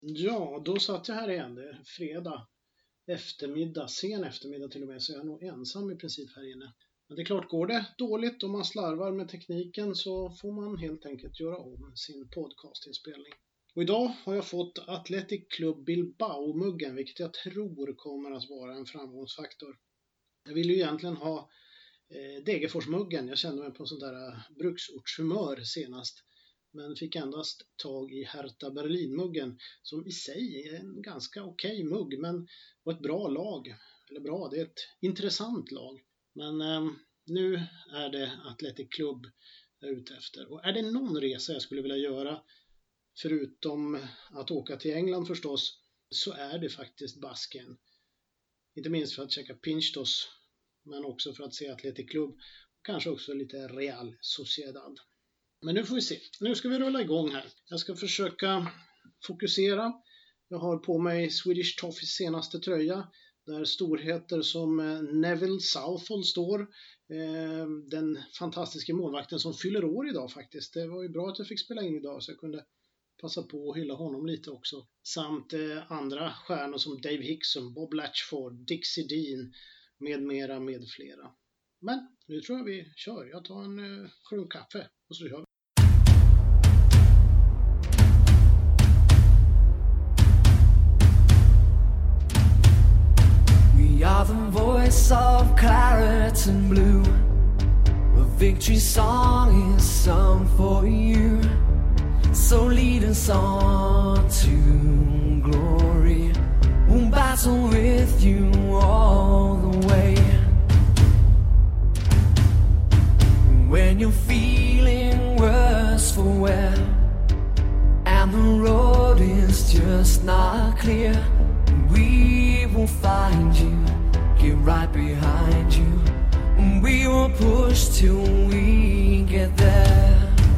Ja, då satt jag här igen. Det är fredag eftermiddag, sen eftermiddag till och med, så jag är nog ensam i princip här inne. Men det är klart, går det dåligt och man slarvar med tekniken så får man helt enkelt göra om sin podcastinspelning. Och idag har jag fått Athletic Club Bilbao-muggen, vilket jag tror kommer att vara en framgångsfaktor. Jag ville ju egentligen ha Degerfors-muggen. Jag kände mig på en sån där bruksortshumör senast. Men fick endast tag i Hertha Berlin-muggen, som i sig är en ganska okej mugg, men var ett bra lag. Eller bra, det är ett intressant lag. Men nu är det Athletic Club jag är ute efter. Och är det någon resa jag skulle vilja göra, förutom att åka till England förstås, så är det faktiskt Baskien. Inte minst för att checka Pinchos, men också för att se Athletic Club. Och kanske också lite Real Sociedad. Men nu får vi se. Nu ska vi rulla igång här. Jag ska försöka fokusera. Jag har på mig Swedish Toffees senaste tröja, där storheter som Neville Southall står. Den fantastiska målvakten som fyller år idag faktiskt. Det var ju bra att jag fick spela in idag så jag kunde passa på att hylla honom lite också. Samt andra stjärnor som Dave Hickson, Bob Latchford, Dixie Dean med mera med flera. Men nu tror jag vi kör. Jag tar en klunk kaffe och så kör vi. We are the voice of claret and blue. A victory song is sung for you. So lead us on to glory. We'll battle with you all the way. When you're feeling worse for wear, and the road is just not clear, we will find you, get right behind you. We will push till we get there.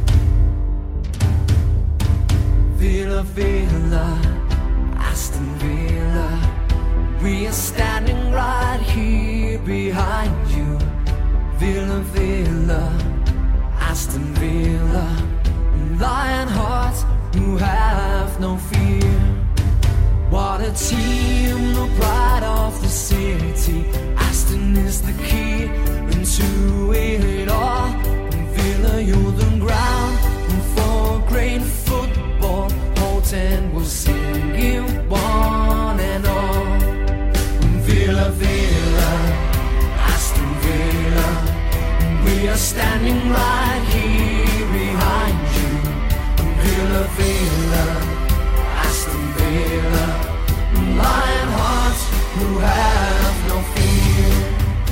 Villa, Villa, Aston Villa, we are standing right here behind you. Villa, Villa, Aston Villa, lion hearts who have no fear. What a team, the pride of the city. Aston is the key into it all. Villa, you're the ground for great football. Holton will sing you one and all. Villa, Villa, Aston Villa, we are standing right here behind you. Villa, Villa, Aston Villa, lion hearts who have no fear.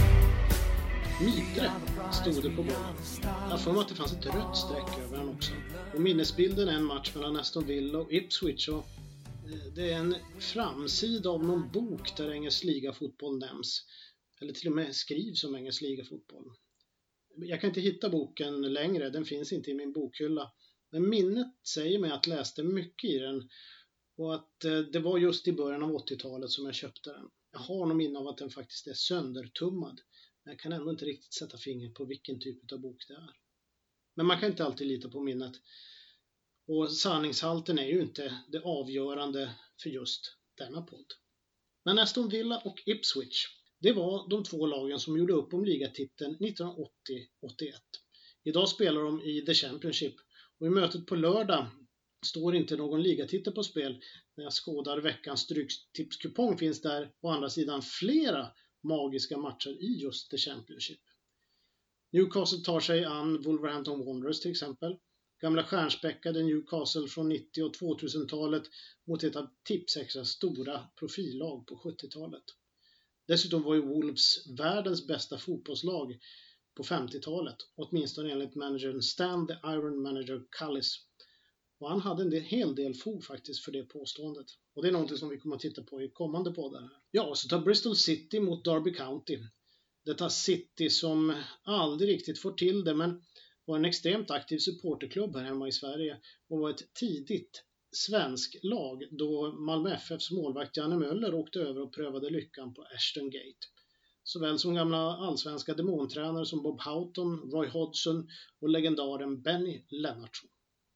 Mitre stod det på bollen. Jag får mig att det fanns ett rött streck över den också. Och minnesbilden är en match mellan Aston Villa och Ipswich. Och det är en framsida av någon bok där engelsk ligafotboll nämns. Eller till och med skrivs som engelsk ligafotboll. Jag kan inte hitta boken längre, den finns inte i min bokhylla. Men minnet säger mig att jag läste mycket i den. Och att det var just i början av 80-talet som jag köpte den. Jag har nog minne av att den faktiskt är söndertummad. Men jag kan ändå inte riktigt sätta fingret på vilken typ av bok det är. Men man kan inte alltid lita på minnet. Och sanningshalten är ju inte det avgörande för just denna podd. Men Aston Villa och Ipswich, det var de två lagen som gjorde upp om ligatiteln 1980-81. Idag spelar de i The Championship. Och i mötet på lördag står inte någon ligatitel på spel. När jag skådar veckans stryktipskupong finns där å andra sidan flera magiska matcher i just The Championship. Newcastle tar sig an Wolverhampton Wanderers till exempel. Gamla stjärnspäckade Newcastle från 90- och 2000-talet mot ett av Tipsextras stora profillag på 70-talet. Dessutom var ju Wolves världens bästa fotbollslag på 50-talet, åtminstone enligt managern Stan the Iron Manager Cullis. Och han hade en hel del fog faktiskt för det påståendet. Och det är något som vi kommer att titta på i kommande poddar. Ja, så tar Bristol City mot Derby County. Detta City som aldrig riktigt får till det, men var en extremt aktiv supporterklubb här hemma i Sverige och var ett tidigt svensk lag då Malmö FFs målvakt Janne Möller åkte över och prövade lyckan på Ashton Gate. Såväl som gamla allsvenska demontränare som Bob Houghton, Roy Hodgson och legendaren Benny Lennartsson.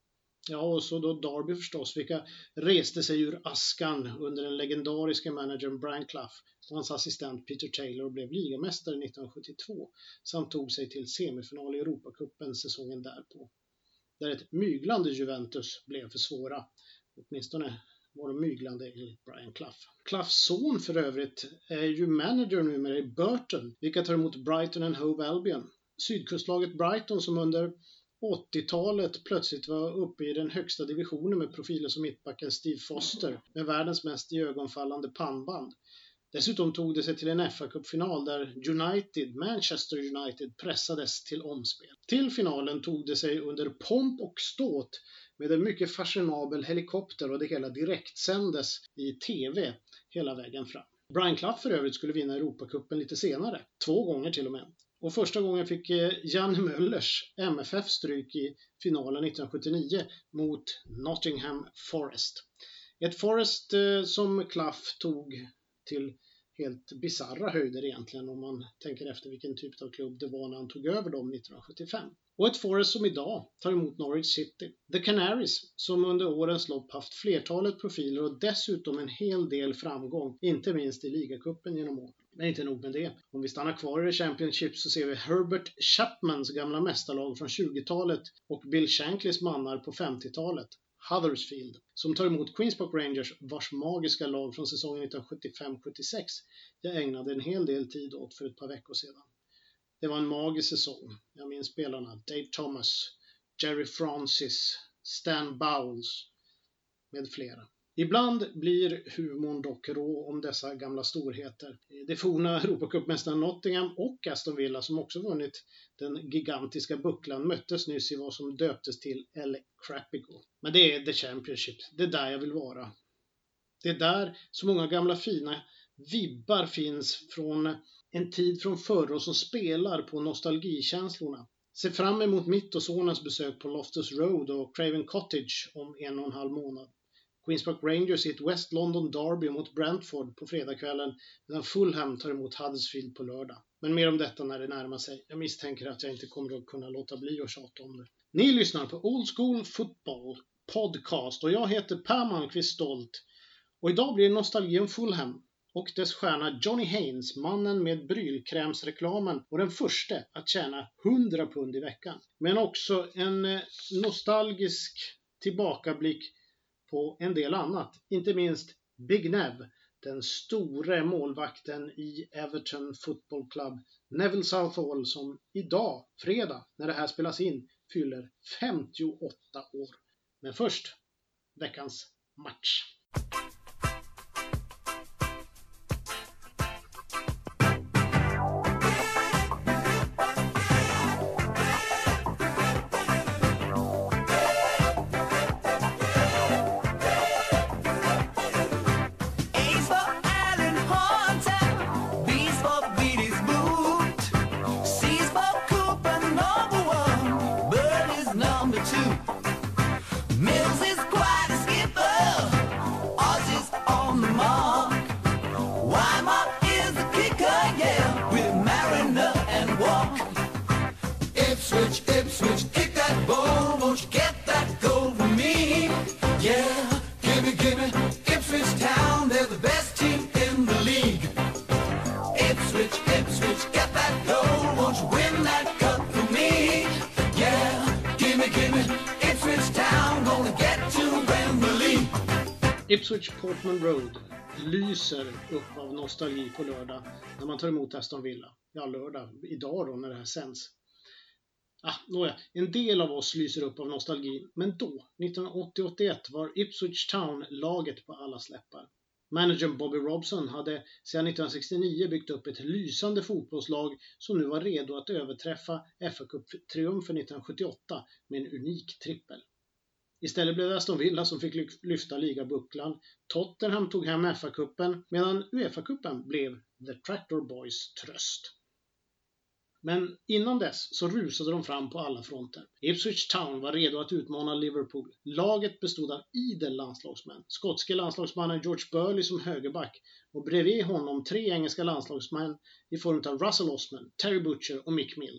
Ja, och så då Derby förstås, vilka reste sig ur askan under den legendariska managern Brian Clough och hans assistent Peter Taylor och blev ligamästare 1972 samt tog sig till semifinal i Europacupen säsongen därpå. Där ett myglande Juventus blev för svåra, åtminstone var de myglande enligt Brian Clough. Cloughs son för övrigt är ju manager numera i Burton, vilka tar emot Brighton and Hove Albion. Sydkustlaget Brighton som under 80-talet plötsligt var uppe i den högsta divisionen med profiler som mittbacken Steve Foster med världens mest iögonfallande pannband. Dessutom tog det sig till en FA-cupfinal där Manchester United pressades till omspel. Till finalen tog det sig under pomp och ståt med en mycket fashionabel helikopter och det hela direktsändes i TV hela vägen fram. Brian Clough för övrigt skulle vinna Europacupen lite senare, 2 gånger till och med. Och första gången fick Jan Möllers MFF stryk i finalen 1979 mot Nottingham Forest. Ett Forest som Clough tog till helt bizarra höjder egentligen om man tänker efter vilken typ av klubb det var när han tog över dem 1975. Och ett Forest som idag tar emot Norwich City. The Canaries som under årens lopp haft flertalet profiler och dessutom en hel del framgång, inte minst i ligacupen genom åren. Men inte nog med det. Om vi stannar kvar i Championship så ser vi Herbert Chapmans gamla mästarlag från 20-talet och Bill Shankleys mannar på 50-talet. Huddersfield, som tar emot Queens Park Rangers vars magiska lag från säsongen 1975-76 jag ägnade en hel del tid åt för ett par veckor sedan. Det var en magisk säsong. Jag minns spelarna Dave Thomas, Jerry Francis, Stan Bowles med flera. Ibland blir humorn dock rå om dessa gamla storheter. Det forna Europacupmästaren Nottingham och Aston Villa som också vunnit den gigantiska bucklan möttes nyss i vad som döptes till El Crapigo. Men det är The Championship, det är där jag vill vara. Det är där så många gamla fina vibbar finns från en tid från förr och som spelar på nostalgikänslorna. Se fram emot mitt och sonens besök på Loftus Road och Craven Cottage om 1,5 månad. Queens Park Rangers i ett West London derby mot Brentford på fredagskvällen medan Fulham tar emot Huddersfield på lördag. Men mer om detta när det närmar sig. Jag misstänker att jag inte kommer att kunna låta bli att tjata om det. Ni lyssnar på Old School Football Podcast och jag heter Per Malmqvist Stolt. Och idag blir det nostalgi om Fulham och dess stjärna Johnny Haynes, mannen med brylkrämsreklamen och den första att tjäna 100 pund i veckan. Men också en nostalgisk tillbakablick på en del annat, inte minst Big Nev, den store målvakten i Everton Football Club, Neville Southall, som idag, fredag, när det här spelas in, fyller 58 år. Men först, veckans match. Ipswich Portman Road lyser upp av nostalgi på lördag när man tar emot Aston Villa. Ja, lördag, idag då när det här sänds. En del av oss lyser upp av nostalgi, men då, 1980-81, var Ipswich Town laget på alla släppar. Managern Bobby Robson hade sedan 1969 byggt upp ett lysande fotbollslag som nu var redo att överträffa FA-cup-triumfen 1978 med en unik trippel. Istället blev det Aston Villa som fick lyfta ligabucklan. Tottenham tog hem FA-cupen medan UEFA-cupen blev The Tractor Boys tröst. Men innan dess så rusade de fram på alla fronter. Ipswich Town var redo att utmana Liverpool. Laget bestod av idel landslagsmän. Skotske landslagsmannen George Burley som högerback och bredvid honom 3 engelska landslagsmän i form av Russell Osman, Terry Butcher och Mick Mills.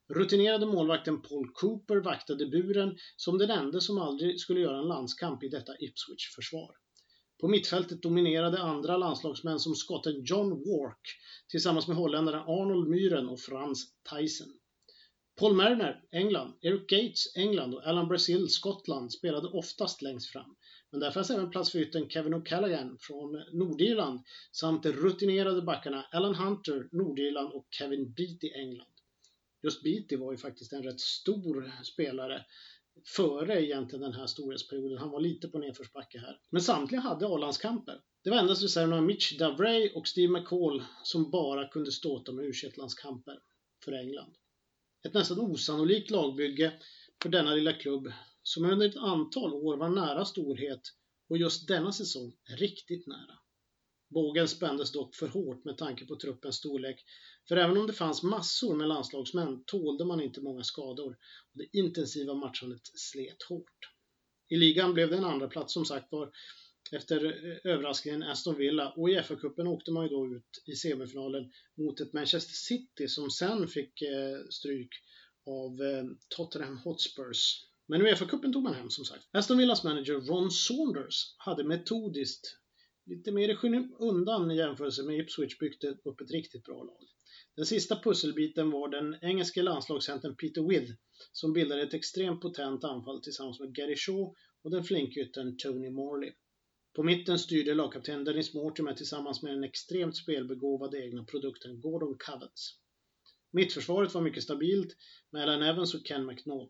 Rutinerade målvakten Paul Cooper vaktade buren som den enda som aldrig skulle göra en landskamp i detta Ipswich-försvar. På mittfältet dominerade andra landslagsmän som skotten John Wark tillsammans med holländarna Arnold Myhren och Frans Thijssen. Paul Mariner, England, Eric Gates, England och Alan Brazil, Skottland spelade oftast längst fram. Men där fanns även plats för ytten Kevin O'Callaghan från Nordirland samt de rutinerade backarna Alan Hunter, Nordirland och Kevin Beattie, England. Just Beattie var ju faktiskt en rätt stor spelare före egentligen den här storhetsperioden. Han var lite på nedförsbacke här. Men samtliga hade A-landskamper. Det var endast reserverna Mitch Davray och Steve McCall som bara kunde ståta med U21-landskamper för England. Ett nästan osannolikt lagbygge för denna lilla klubb som under ett antal år var nära storhet och just denna säsong riktigt nära. Bågen spändes dock för hårt med tanke på truppens storlek, för även om det fanns massor med landslagsmän tålde man inte många skador och det intensiva matchandet slet hårt. I ligan blev det en andra plats som sagt var efter överraskningen Aston Villa, och i FA-cupen åkte man ju då ut i semifinalen mot ett Manchester City som sen fick stryk av Tottenham Hotspurs. Men i FA-cupen tog man hem som sagt. Aston Villas manager Ron Saunders hade metodiskt lite mer i undan i jämförelse med Ipswich byggt upp ett riktigt bra lag. Den sista pusselbiten var den engelske landslagscentern Peter With som bildade ett extremt potent anfall tillsammans med Gary Shaw och den flinkytten Tony Morley. På mitten styrde lagkapten Dennis Mortimer tillsammans med den extremt spelbegåvade egna produkten Gordon Covens. Mittförsvaret var mycket stabilt med Alan Evans och Ken McNaught.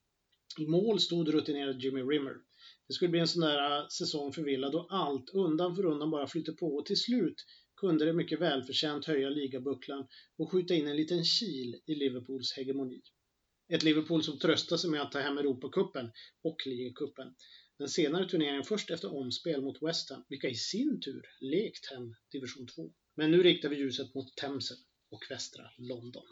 I mål stod rutinerad Jimmy Rimmer. Det skulle bli en sån där säsong för Villa då allt undan för undan bara flyter på, och till slut kunde det mycket välförtjänt höja ligabucklan och skjuta in en liten kil i Liverpools hegemoni. Ett Liverpool som tröstade sig med att ta hem Europacupen och ligacupen. Den senare turneringen först efter omspel mot West Ham, vilka i sin tur lekt hem division 2. Men nu riktar vi ljuset mot Themsen och västra London.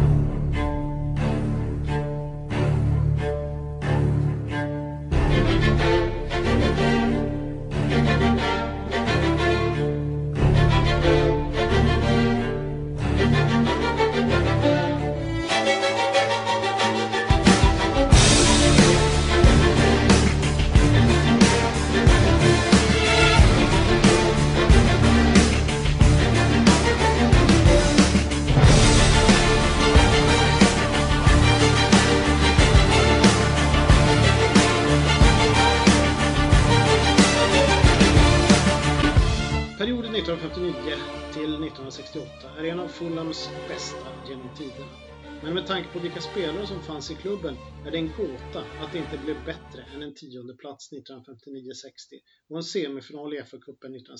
Perioden 1959 till 1968 är en av Fulhams bästa genom tiderna. Men med tanke på vilka spelare som fanns i klubben är det en gåta att det inte blev bättre än en 10:e plats 1959-60 och en semifinal i FA-cupen 1961-62.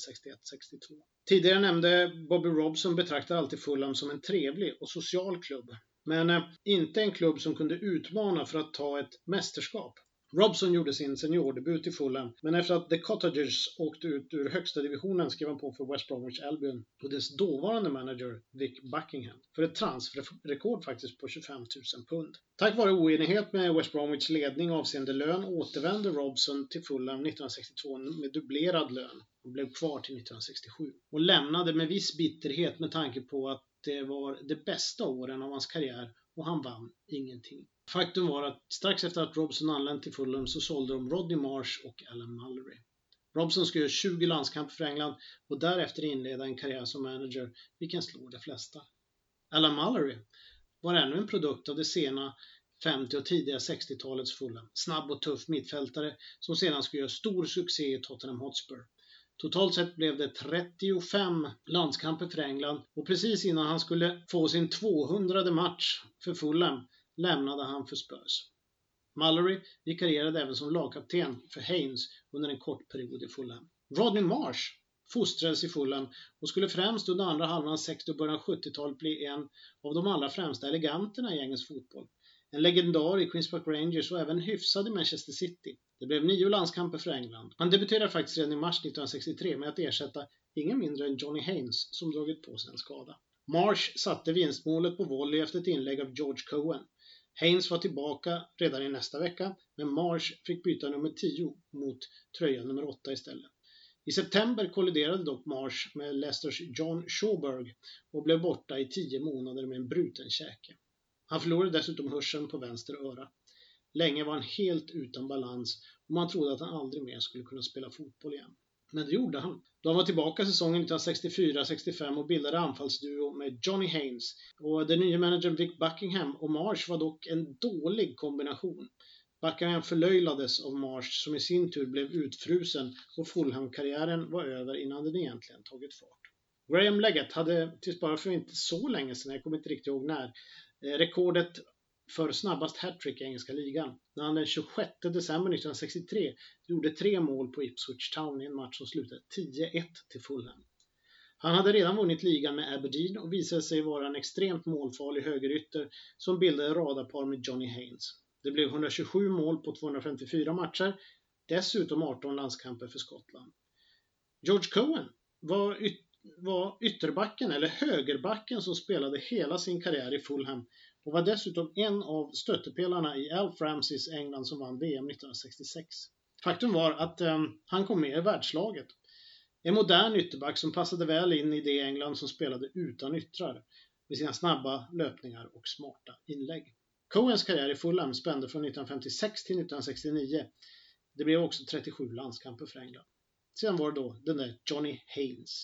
Tidigare nämnde Bobby Robson betraktar alltid Fulham som en trevlig och social klubb, men inte en klubb som kunde utmana för att ta ett mästerskap. Robson gjorde sin seniordebut i Fulham, men efter att The Cottagers åkte ut ur högsta divisionen skrev han på för West Bromwich Albion och dess dåvarande manager Vic Buckingham för ett transferrekord faktiskt på 25 000 pund. Tack vare oenighet med West Bromwich ledning avseende lön återvände Robson till Fulham 1962 med dubblerad lön och blev kvar till 1967 och lämnade med viss bitterhet med tanke på att det var det bästa åren av hans karriär och han vann ingenting. Faktum var att strax efter att Robson anlänt till Fulham så sålde de Rodney Marsh och Alan Mullery. Robson skulle göra 20 landskamper för England och därefter inleda en karriär som manager, vilken slår de flesta. Alan Mullery var ännu en produkt av det sena 50- och tidiga 60-talets Fulham. Snabb och tuff mittfältare som sedan skulle göra stor succé i Tottenham Hotspur. Totalt sett blev det 35 landskamper för England och precis innan han skulle få sin 200:e match för Fulham lämnade han för Spurs. Mullery vikarierade även som lagkapten för Haynes under en kort period i Fulham. Rodney Marsh fostrades i Fulham och skulle främst under andra halvan 60- och början 70-talet bli en av de allra främsta eleganterna i engelsk fotboll. En legendar i Queens Park Rangers och även hyfsad i Manchester City. Det blev 9 landskamper för England. Han debuterade faktiskt redan i mars 1963 med att ersätta ingen mindre än Johnny Haynes som dragit på sig en skada. Marsh satte vinstmålet på volley efter ett inlägg av George Cohen. Haynes var tillbaka redan i nästa vecka, men Marsh fick byta nummer 10 mot tröja nummer 8 istället. I september kolliderade dock Marsh med Leicesters John Sjoberg och blev borta i 10 månader med en bruten käke. Han förlorade dessutom hörseln på vänster öra. Länge var han helt utan balans och man trodde att han aldrig mer skulle kunna spela fotboll igen. Men det gjorde han. Då han var tillbaka säsongen 1964-65 och bildade anfallsduo med Johnny Haynes. Och den nya managern Vic Buckingham och Marsh var dock en dålig kombination. Buckingham förlöjlades av Marsh som i sin tur blev utfrusen och Fulham-karriären var över innan den egentligen tagit fart. Graham Leggett hade tills bara för inte så länge sedan, jag kommer inte riktigt ihåg när, rekordet för snabbast hattrick i engelska ligan. När han den 26 december 1963 gjorde 3 mål på Ipswich Town i en match som slutade 10-1 till Fulham. Han hade redan vunnit ligan med Aberdeen och visade sig vara en extremt målfarlig högerytter som bildade radarpar med Johnny Haynes. Det blev 127 mål på 254 matcher, dessutom 18 landskamper för Skottland. George Cohen var ytterbacken eller högerbacken som spelade hela sin karriär i Fulham och var dessutom en av stöttepelarna i Alf Ramseys England som vann VM 1966. Faktum var att han kom med i världslaget. En modern ytterback som passade väl in i det England som spelade utan yttrar med sina snabba löpningar och smarta inlägg. Cohens karriär i Fulham spände från 1956 till 1969. Det blev också 37 landskamper för England. Sedan var det då den där Johnny Haynes.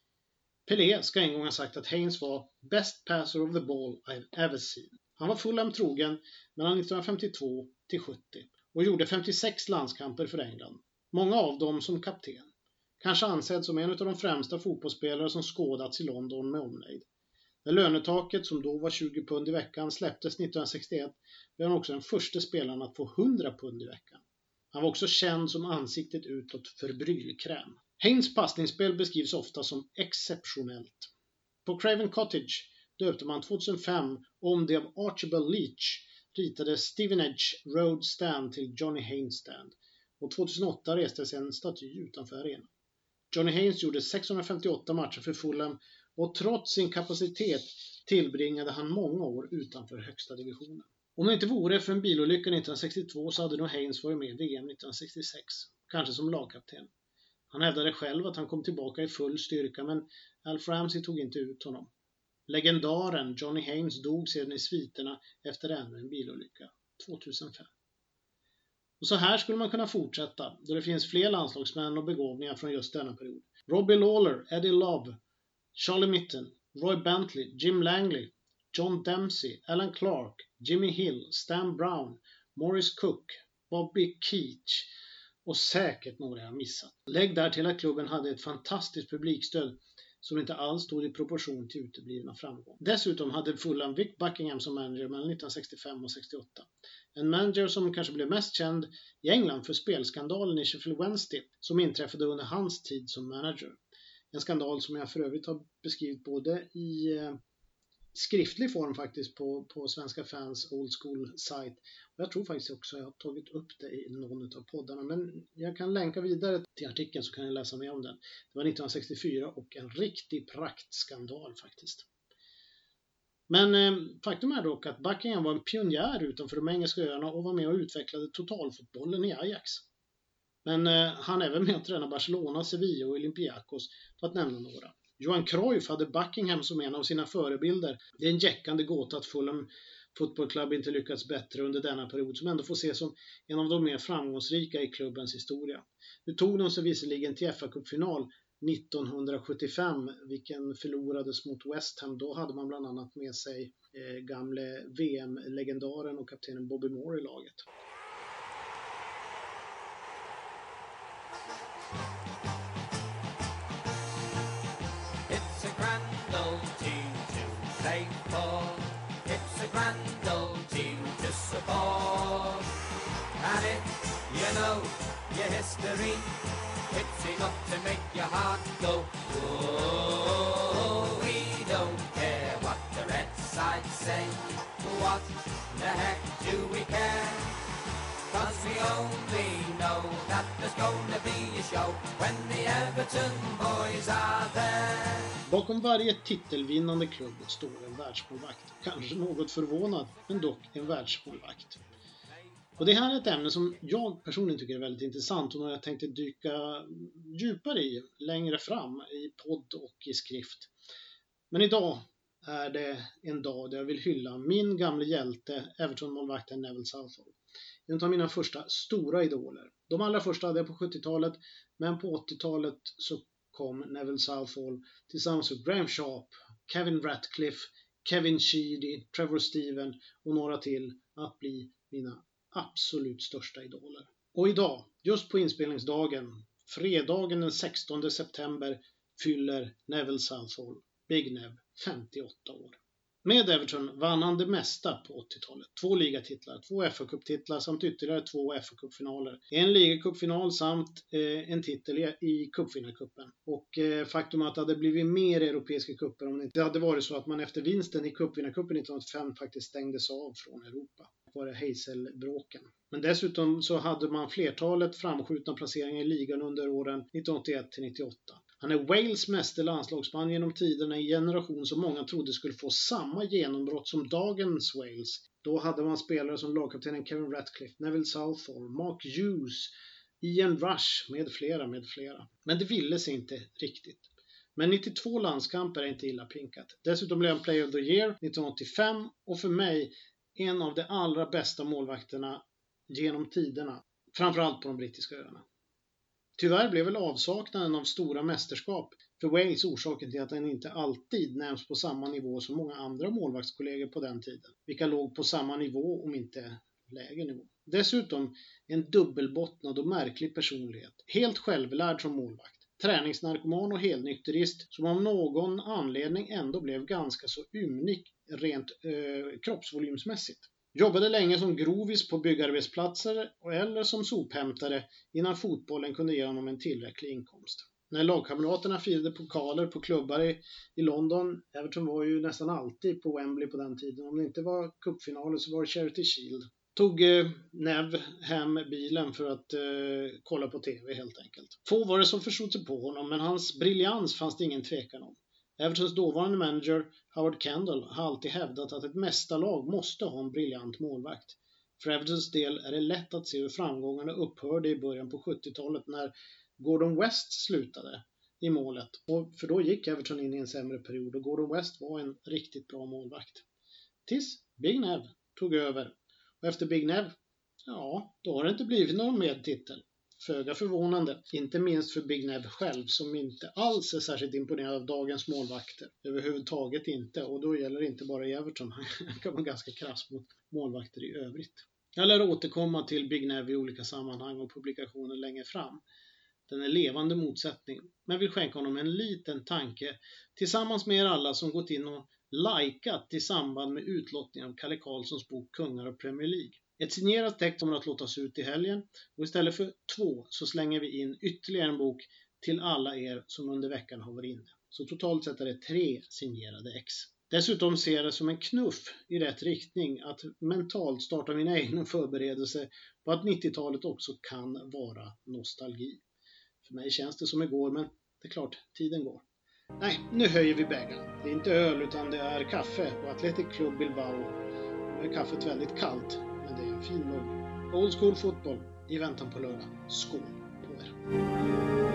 Pelé ska en gång ha sagt att Haynes var best passer of the ball I've ever seen. Han var Fulham trogen mellan 1952 till 70 och gjorde 56 landskamper för England. Många av dem som kapten. Kanske ansedd som en av de främsta fotbollsspelare som skådats i London med omnejd. När lönetaket som då var 20 pund i veckan släpptes 1961 blev han också den första spelaren att få 100 pund i veckan. Han var också känd som ansiktet utåt för brylkräm. Haynes passningsspel beskrivs ofta som exceptionellt. På Craven Cottage döpte man 2005 om det av Archibald Leach ritade Stevenage Road Stand till Johnny Haynes Stand och 2008 restes en staty utanför arenan. Johnny Haynes gjorde 658 matcher för Fulham och trots sin kapacitet tillbringade han många år utanför högsta divisionen. Om det inte vore för en bilolycka 1962 så hade nog Haynes varit med i VM 1966, kanske som lagkapten. Han hävdade själv att han kom tillbaka i full styrka men Alf Ramsey tog inte ut honom. Legendaren Johnny Haynes dog sedan i sviterna efter ännu en bilolycka 2005. Och så här skulle man kunna fortsätta då det finns fler landslagsmän och begåvningar från just denna period. Robbie Lawler, Eddie Love, Charlie Mitten, Roy Bentley, Jim Langley, John Dempsey, Alan Clark, Jimmy Hill, Stan Brown, Morris Cook, Bobby Keach och säkert några jag missat. Lägg där till att klubben hade ett fantastiskt publikstöd som inte alls stod i proportion till uteblivna framgång. Dessutom hade Fulham Vic Buckingham som manager mellan 1965 och 68. En manager som kanske blev mest känd i England för spelskandalen i Sheffield Wednesday som inträffade under hans tid som manager. En skandal som jag för övrigt har beskrivit både i skriftlig form faktiskt på Svenska Fans Old School site. Och jag tror faktiskt också att jag har tagit upp det i någon av poddarna. Men jag kan länka vidare till artikeln så kan ni läsa mer om den. Det var 1964 och en riktig praktskandal faktiskt. Men faktum är dock att Buckingham var en pionjär utanför de engelska öarna och var med och utvecklade totalfotbollen i Ajax. Men han är även med att träna Barcelona, Sevilla och Olympiakos för att nämna några. Johan Cruyff hade Buckingham som en av sina förebilder. Det är en jäckande gåta att Fulham Football Club inte lyckats bättre under denna period som ändå får ses som en av de mer framgångsrika i klubbens historia. Nu tog de sig visserligen till FA-cupfinal 1975 vilken förlorades mot West Ham. Då hade man bland annat med sig gamle VM-legendaren och kaptenen Bobby Moore i laget. Your history, it's enough to make your heart go. Oh, we don't care what the red side say. What the heck do we care? 'Cause we only know that there's gonna be a show when the Everton boys are there. Bakom varje titelvinnande klubb står en världsmålvakt. Kanske något förvånad, men dock en världsmålvakt. Och det här är ett ämne som jag personligen tycker är väldigt intressant och jag tänkte dyka djupare i längre fram i podd och i skrift. Men idag är det en dag där jag vill hylla min gamla hjälte, Everton-målvakten Neville Southall. En av mina första stora idoler. De allra första hade jag på 70-talet, men på 80-talet så kom Neville Southall tillsammans med Graham Sharp, Kevin Ratcliffe, Kevin Sheedy, Trevor Steven och några till att bli mina absolut största idoler. Och idag, just på inspelningsdagen, fredagen den 16 september, fyller Neville Southall, Big Nev, 58 år. Med Everton vann han det mesta på 80-talet. 2 ligatitlar, 2 FA-cuptitlar samt ytterligare 2 FA-cupfinaler. En ligacupfinal samt en titel i cupvinnarcupen. Och faktum att det hade blivit mer europeiska cuper om det inte hade varit så att man efter vinsten i cupvinnarcupen 1985 faktiskt stängdes av från Europa. Det var Hazel-bråken. Men dessutom så hade man flertalet framskjutna placeringar i ligan under åren 1981-98. Han är Wales meste landslagsman genom tiderna i generation som många trodde skulle få samma genombrott som dagens Wales. Då hade man spelare som lagkaptenen Kevin Ratcliffe, Neville Southall, Mark Hughes, Ian Rush med flera. Men det ville sig inte riktigt. Men 92 landskamper är inte illa pinkat. Dessutom blev han Player of the Year 1985 och för mig en av de allra bästa målvakterna genom tiderna. Framförallt på de brittiska öarna. Tyvärr blev väl avsaknaden av stora mästerskap för Wales orsaken till att den inte alltid nämns på samma nivå som många andra målvaktskollegor på den tiden. Vilka låg på samma nivå om inte lägre nivå. Dessutom en dubbelbottnad och märklig personlighet. Helt självlärd som målvakt. Träningsnarkoman och helnykterist som av någon anledning ändå blev ganska så ymnig rent kroppsvolymsmässigt. Jobbade länge som grovis på byggarbetsplatser eller som sophämtare innan fotbollen kunde ge honom en tillräcklig inkomst. När lagkamraterna firade pokaler på klubbar i London, Everton var ju nästan alltid på Wembley på den tiden. Om det inte var cupfinaler så var det Charity Shield. Tog Nev hem bilen för att kolla på TV helt enkelt. Få var det som förstod sig på honom, men hans briljans fanns det ingen tvekan om. Evertons dåvarande manager Howard Kendall har alltid hävdat att ett mästarlag måste ha en briljant målvakt. För Evertons del är det lätt att se hur framgångarna upphörde i början på 70-talet när Gordon West slutade i målet. För då gick Everton in i en sämre period och Gordon West var en riktigt bra målvakt. Tills Big Nev tog över. Och efter Big Nev, ja, då har det inte blivit någon mer titel. Föga förvånande, inte minst för Big Nev själv som inte alls är särskilt imponerad av dagens målvakter. Överhuvudtaget inte, och då gäller det inte bara i Everton. Han kan vara ganska krass mot målvakter i övrigt. Jag lär återkomma till Big Nev i olika sammanhang och publikationer längre fram. Den är levande motsättning, men vill skänka honom en liten tanke tillsammans med er alla som gått in och likat i samband med utlottningen av Kalle Karlssons bok Kungar och Premier League. Ett signerat text kommer att låtas ut i helgen och istället för 2 så slänger vi in ytterligare en bok till alla er som under veckan har varit inne. Så totalt sett är det 3 signerade ex. Dessutom ser jag det som en knuff i rätt riktning att mentalt starta mina egna förberedelser på att 90-talet också kan vara nostalgi. För mig känns det som igår, men det är klart, tiden går. Nej, nu höjer vi bägaren. Det är inte öl utan det är kaffe och Athletic Club Bilbao. Nu är kaffet väldigt kallt, men det är en fin mugg. Old school fotboll i väntan på lördag. Skål på er!